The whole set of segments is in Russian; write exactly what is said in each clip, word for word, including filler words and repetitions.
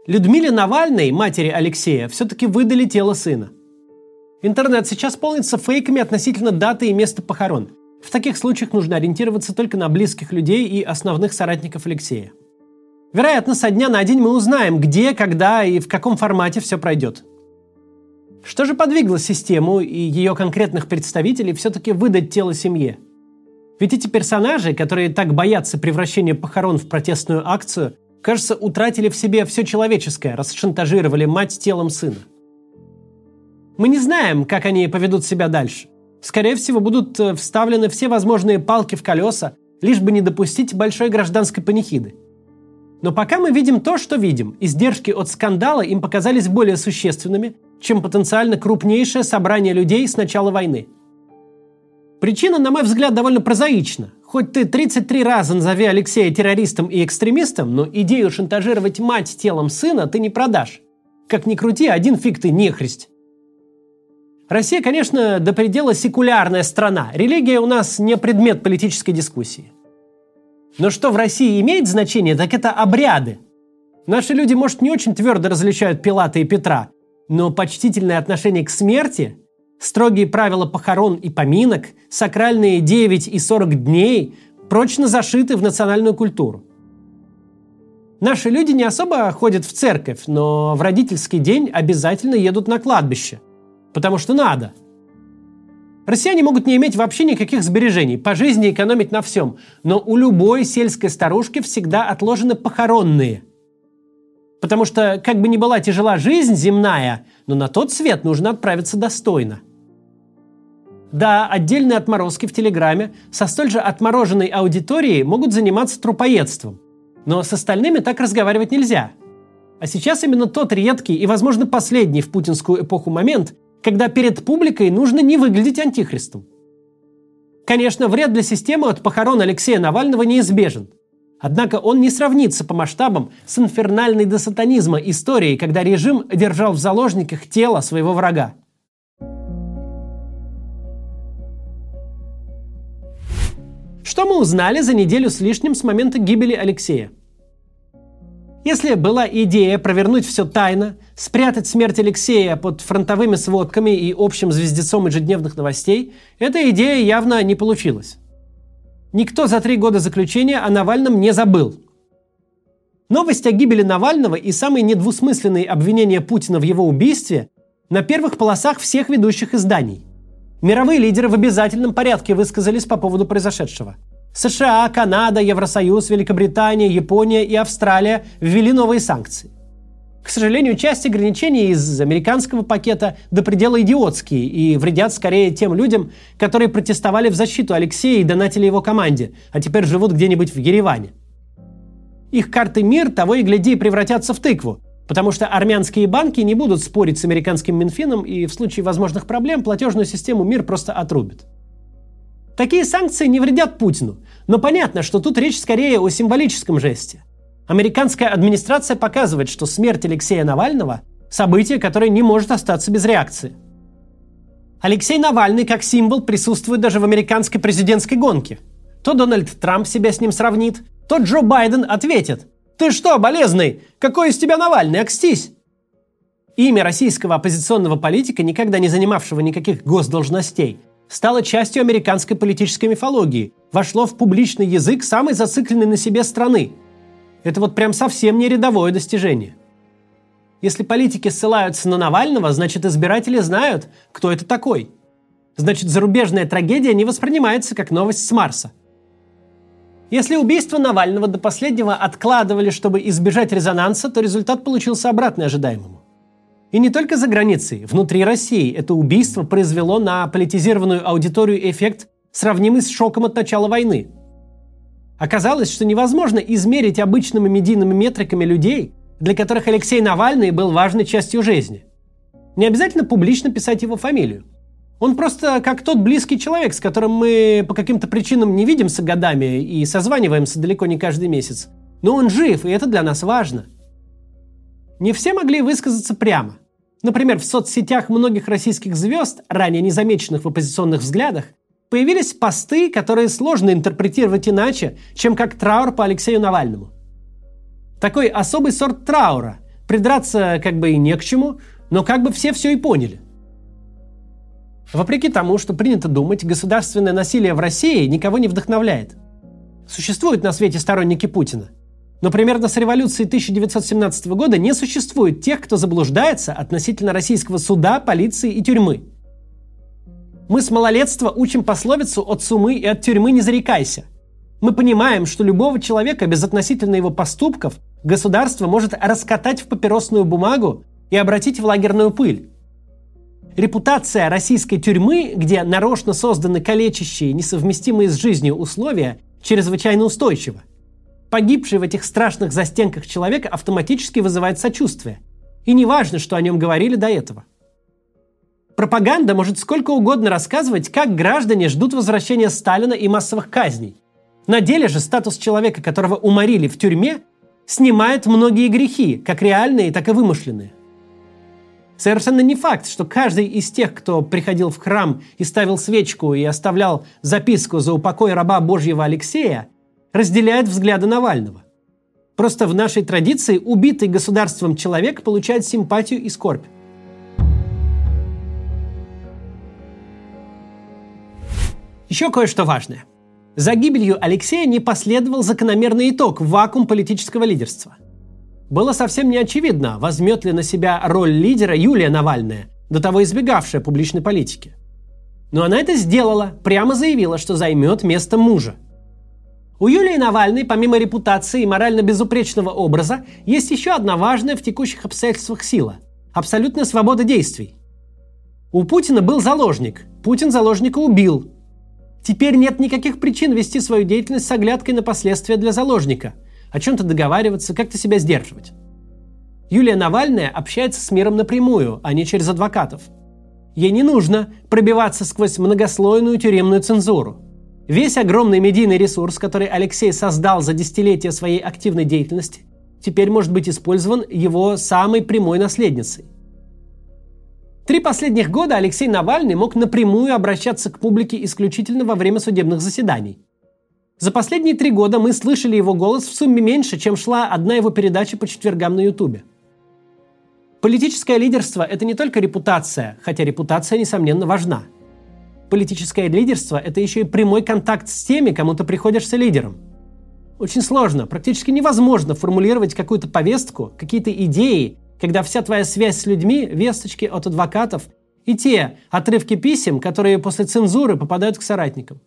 Людмиле Навальной, матери Алексея, все-таки выдали тело сына. Интернет сейчас полнится фейками относительно даты и места похорон. В таких случаях нужно ориентироваться только на близких людей и основных соратников Алексея. Вероятно, со дня на день мы узнаем, где, когда и в каком формате все пройдет. Что же подвигло систему и ее конкретных представителей все-таки выдать тело семье? Ведь эти персонажи, которые так боятся превращения похорон в протестную акцию, кажется, утратили в себе все человеческое, раз шантажировали мать телом сына. Мы не знаем, как они поведут себя дальше. Скорее всего, будут вставлены все возможные палки в колеса, лишь бы не допустить большой гражданской панихиды. Но пока мы видим то, что видим. Издержки от скандала им показались более существенными, чем потенциально крупнейшее собрание людей с начала войны. Причина, на мой взгляд, довольно прозаична. Хоть ты тридцать три раза назови Алексея террористом и экстремистом, но идею шантажировать мать телом сына ты не продашь. Как ни крути, один фиг ты нехрист. Россия, конечно, до предела секулярная страна. Религия у нас не предмет политической дискуссии. Но что в России имеет значение, так это обряды. Наши люди, может, не очень твердо различают Пилата и Петра, но почтительное отношение к смерти, строгие правила похорон и поминок, сакральные девять и сорок дней прочно зашиты в национальную культуру. Наши люди не особо ходят в церковь, но в родительский день обязательно едут на кладбище. Потому что надо. Россияне могут не иметь вообще никаких сбережений, по жизни экономить на всем, но у любой сельской старушки всегда отложены похоронные. Потому что, как бы ни была тяжела жизнь земная, но на тот свет нужно отправиться достойно. Да, отдельные отморозки в Телеграме со столь же отмороженной аудиторией могут заниматься трупоедством, но с остальными так разговаривать нельзя. А сейчас именно тот редкий и, возможно, последний в путинскую эпоху момент, когда перед публикой нужно не выглядеть антихристом. Конечно, вред для системы от похорон Алексея Навального неизбежен. Однако он не сравнится по масштабам с инфернальной до сатанизма историей, когда режим держал в заложниках тело своего врага. Что мы узнали за неделю с лишним с момента гибели Алексея? Если была идея провернуть все тайно, спрятать смерть Алексея под фронтовыми сводками и общим звездецом ежедневных новостей, эта идея явно не получилась. Никто за три года заключения о Навальном не забыл. Новость о гибели Навального и самые недвусмысленные обвинения Путина в его убийстве на первых полосах всех ведущих изданий. Мировые лидеры в обязательном порядке высказались по поводу произошедшего. США, Канада, Евросоюз, Великобритания, Япония и Австралия ввели новые санкции. К сожалению, часть ограничений из американского пакета до предела идиотские и вредят скорее тем людям, которые протестовали в защиту Алексея и донатили его команде, а теперь живут где-нибудь в Ереване. Их карты мир того и гляди превратятся в тыкву, потому что армянские банки не будут спорить с американским Минфином и в случае возможных проблем платежную систему мир просто отрубит. Такие санкции не вредят Путину, но понятно, что тут речь скорее о символическом жесте. Американская администрация показывает, что смерть Алексея Навального – событие, которое не может остаться без реакции. Алексей Навальный как символ присутствует даже в американской президентской гонке. То Дональд Трамп себя с ним сравнит, то Джо Байден ответит: «Ты что, болезный? Какой из тебя Навальный? Окстись!» Имя российского оппозиционного политика, никогда не занимавшего никаких госдолжностей, стало частью американской политической мифологии, вошло в публичный язык самой зацикленной на себе страны. Это вот прям совсем не рядовое достижение. Если политики ссылаются на Навального, значит, избиратели знают, кто это такой. Значит, зарубежная трагедия не воспринимается как новость с Марса. Если убийство Навального до последнего откладывали, чтобы избежать резонанса, то результат получился обратный ожидаемому. И не только за границей, внутри России это убийство произвело на политизированную аудиторию эффект, сравнимый с шоком от начала войны. Оказалось, что невозможно измерить обычными медийными метриками людей, для которых Алексей Навальный был важной частью жизни. Не обязательно публично писать его фамилию. Он просто как тот близкий человек, с которым мы по каким-то причинам не видимся годами и созваниваемся далеко не каждый месяц. Но он жив, и это для нас важно. Не все могли высказаться прямо. Например, в соцсетях многих российских звезд, ранее незамеченных в оппозиционных взглядах, появились посты, которые сложно интерпретировать иначе, чем как траур по Алексею Навальному. Такой особый сорт траура, Придраться как бы и не к чему, но как бы все все и поняли. Вопреки тому, что принято думать, государственное насилие в России никого не вдохновляет. Существуют на свете сторонники Путина. Но примерно с революцией тысяча девятьсот семнадцатого года не существует тех, кто заблуждается относительно российского суда, полиции и тюрьмы. Мы с малолетства учим пословицу «от сумы и от тюрьмы не зарекайся». Мы понимаем, что любого человека без относительно его поступков государство может раскатать в папиросную бумагу и обратить в лагерную пыль. Репутация российской тюрьмы, где нарочно созданы калечащие, несовместимые с жизнью условия, чрезвычайно устойчива. Погибший в этих страшных застенках человек автоматически вызывает сочувствие. И не важно, что о нем говорили до этого. Пропаганда может сколько угодно рассказывать, как граждане ждут возвращения Сталина и массовых казней. На деле же статус человека, которого уморили в тюрьме, снимает многие грехи, как реальные, так и вымышленные. Совершенно не факт, что каждый из тех, кто приходил в храм и ставил свечку и оставлял записку за упокой раба Божьего Алексея, разделяет взгляды Навального. Просто в нашей традиции убитый государством человек получает симпатию и скорбь. Еще кое-что важное. За гибелью Алексея не последовал закономерный итог – вакуум политического лидерства. Было совсем не очевидно, возьмет ли на себя роль лидера Юлия Навальная, до того избегавшая публичной политики. Но она это сделала, прямо заявила, что займет место мужа. У Юлии Навальной, помимо репутации и морально безупречного образа, есть еще одна важная в текущих обстоятельствах сила – абсолютная свобода действий. У Путина был заложник, Путин заложника убил. Теперь нет никаких причин вести свою деятельность с оглядкой на последствия для заложника, о чем-то договариваться, как-то себя сдерживать. Юлия Навальная общается с миром напрямую, а не через адвокатов. Ей не нужно пробиваться сквозь многослойную тюремную цензуру. Весь огромный медийный ресурс, который Алексей создал за десятилетия своей активной деятельности, теперь может быть использован его самой прямой наследницей. Три последних года Алексей Навальный мог напрямую обращаться к публике исключительно во время судебных заседаний. За последние три года мы слышали его голос в сумме меньше, чем шла одна его передача по четвергам на Ютубе. Политическое лидерство – это не только репутация, хотя репутация, несомненно, важна. Политическое лидерство – это еще и прямой контакт с теми, кому ты приходишься лидером. Очень сложно, практически невозможно формулировать какую-то повестку, какие-то идеи, когда вся твоя связь с людьми – весточки от адвокатов и те отрывки писем, которые после цензуры попадают к соратникам.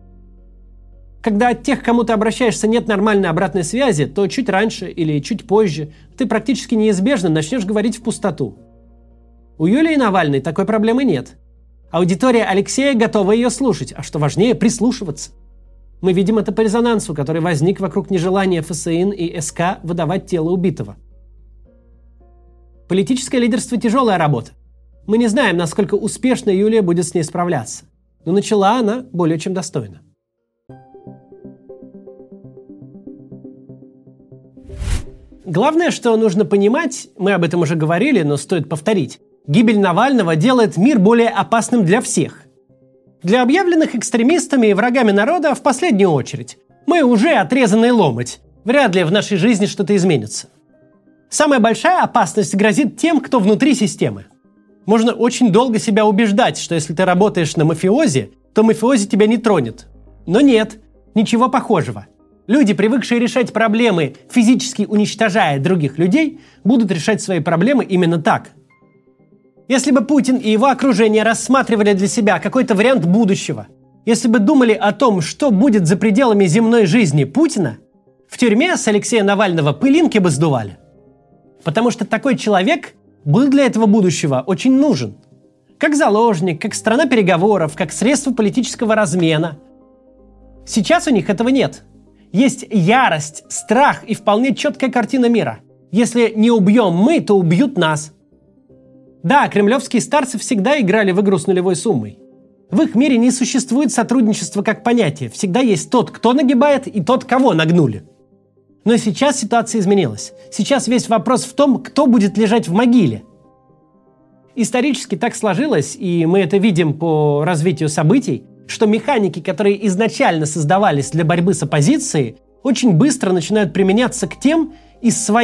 Когда от тех, к кому ты обращаешься, нет нормальной обратной связи, то чуть раньше или чуть позже ты практически неизбежно начнешь говорить в пустоту. У Юлии Навальной такой проблемы нет. Аудитория Алексея готова ее слушать, а что важнее – прислушиваться. Мы видим это по резонансу, который возник вокруг нежелания ФСИН и СК выдавать тело убитого. Политическое лидерство – тяжелая работа. Мы не знаем, насколько успешно Юлия будет с ней справляться. Но начала она более чем достойно. Главное, что нужно понимать, мы об этом уже говорили, но стоит повторить. Гибель Навального делает мир более опасным для всех. Для объявленных экстремистами и врагами народа в последнюю очередь. Мы уже отрезанный ломоть. Вряд ли в нашей жизни что-то изменится. Самая большая опасность грозит тем, кто внутри системы. Можно очень долго себя убеждать, что если ты работаешь на мафиози, то мафиози тебя не тронет. Но нет, ничего похожего. Люди, привыкшие решать проблемы, физически уничтожая других людей, будут решать свои проблемы именно так. Если бы Путин и его окружение рассматривали для себя какой-то вариант будущего, если бы думали о том, что будет за пределами земной жизни Путина, в тюрьме с Алексея Навального пылинки бы сдували. Потому что такой человек был для этого будущего очень нужен. Как заложник, как страна переговоров, как средство политического размена. Сейчас у них этого нет. Есть ярость, страх и вполне четкая картина мира. Если не убьем мы, то убьют нас. Да, кремлевские старцы всегда играли в игру с нулевой суммой. В их мире не существует сотрудничества как понятие. Всегда есть тот, кто нагибает, и тот, кого нагнули. Но сейчас ситуация изменилась. Сейчас весь вопрос в том, кто будет лежать в могиле. Исторически так сложилось, и мы это видим по развитию событий, что механики, которые изначально создавались для борьбы с оппозицией, очень быстро начинают применяться к тем из своих,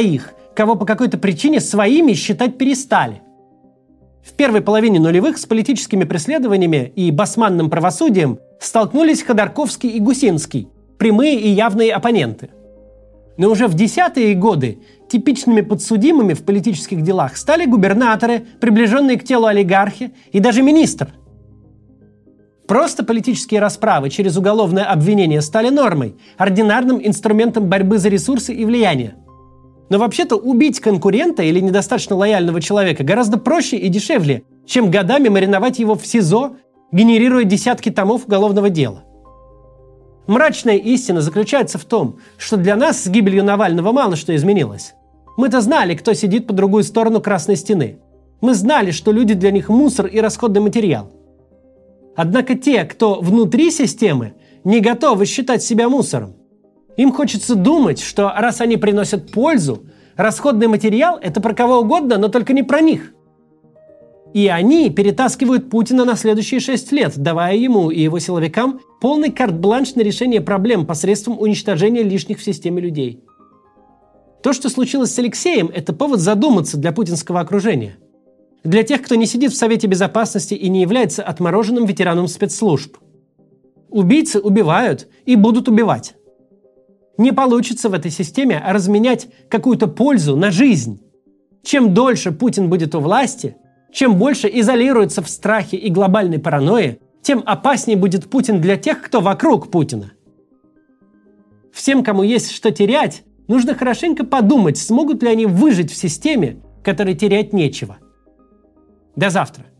кого по какой-то причине своими считать перестали. В первой половине нулевых с политическими преследованиями и басманным правосудием столкнулись Ходорковский и Гусинский, прямые и явные оппоненты. Но уже в десятые годы типичными подсудимыми в политических делах стали губернаторы, приближенные к телу олигархи, и даже министр. Просто политические расправы через уголовное обвинение стали нормой, ординарным инструментом борьбы за ресурсы и влияние. Но вообще-то убить конкурента или недостаточно лояльного человека гораздо проще и дешевле, чем годами мариновать его в СИЗО, генерируя десятки томов уголовного дела. Мрачная истина заключается в том, что для нас с гибелью Навального мало что изменилось. Мы-то знали, кто сидит по другую сторону Красной Стены. Мы знали, что люди для них мусор и расходный материал. Однако те, кто внутри системы, не готовы считать себя мусором. Им хочется думать, что раз они приносят пользу, расходный материал – это про кого угодно, но только не про них. И они перетаскивают Путина на следующие шесть лет, давая ему и его силовикам полный карт-бланш на решение проблем посредством уничтожения лишних в системе людей. То, что случилось с Алексеем, это повод задуматься для путинского окружения. Для тех, кто не сидит в Совете Безопасности и не является отмороженным ветераном спецслужб. Убийцы убивают и будут убивать. Не получится в этой системе разменять какую-то пользу на жизнь. Чем дольше Путин будет у власти, чем больше изолируется в страхе и глобальной паранойи, тем опаснее будет Путин для тех, кто вокруг Путина. Всем, кому есть что терять, нужно хорошенько подумать, смогут ли они выжить в системе, которой терять нечего. До завтра.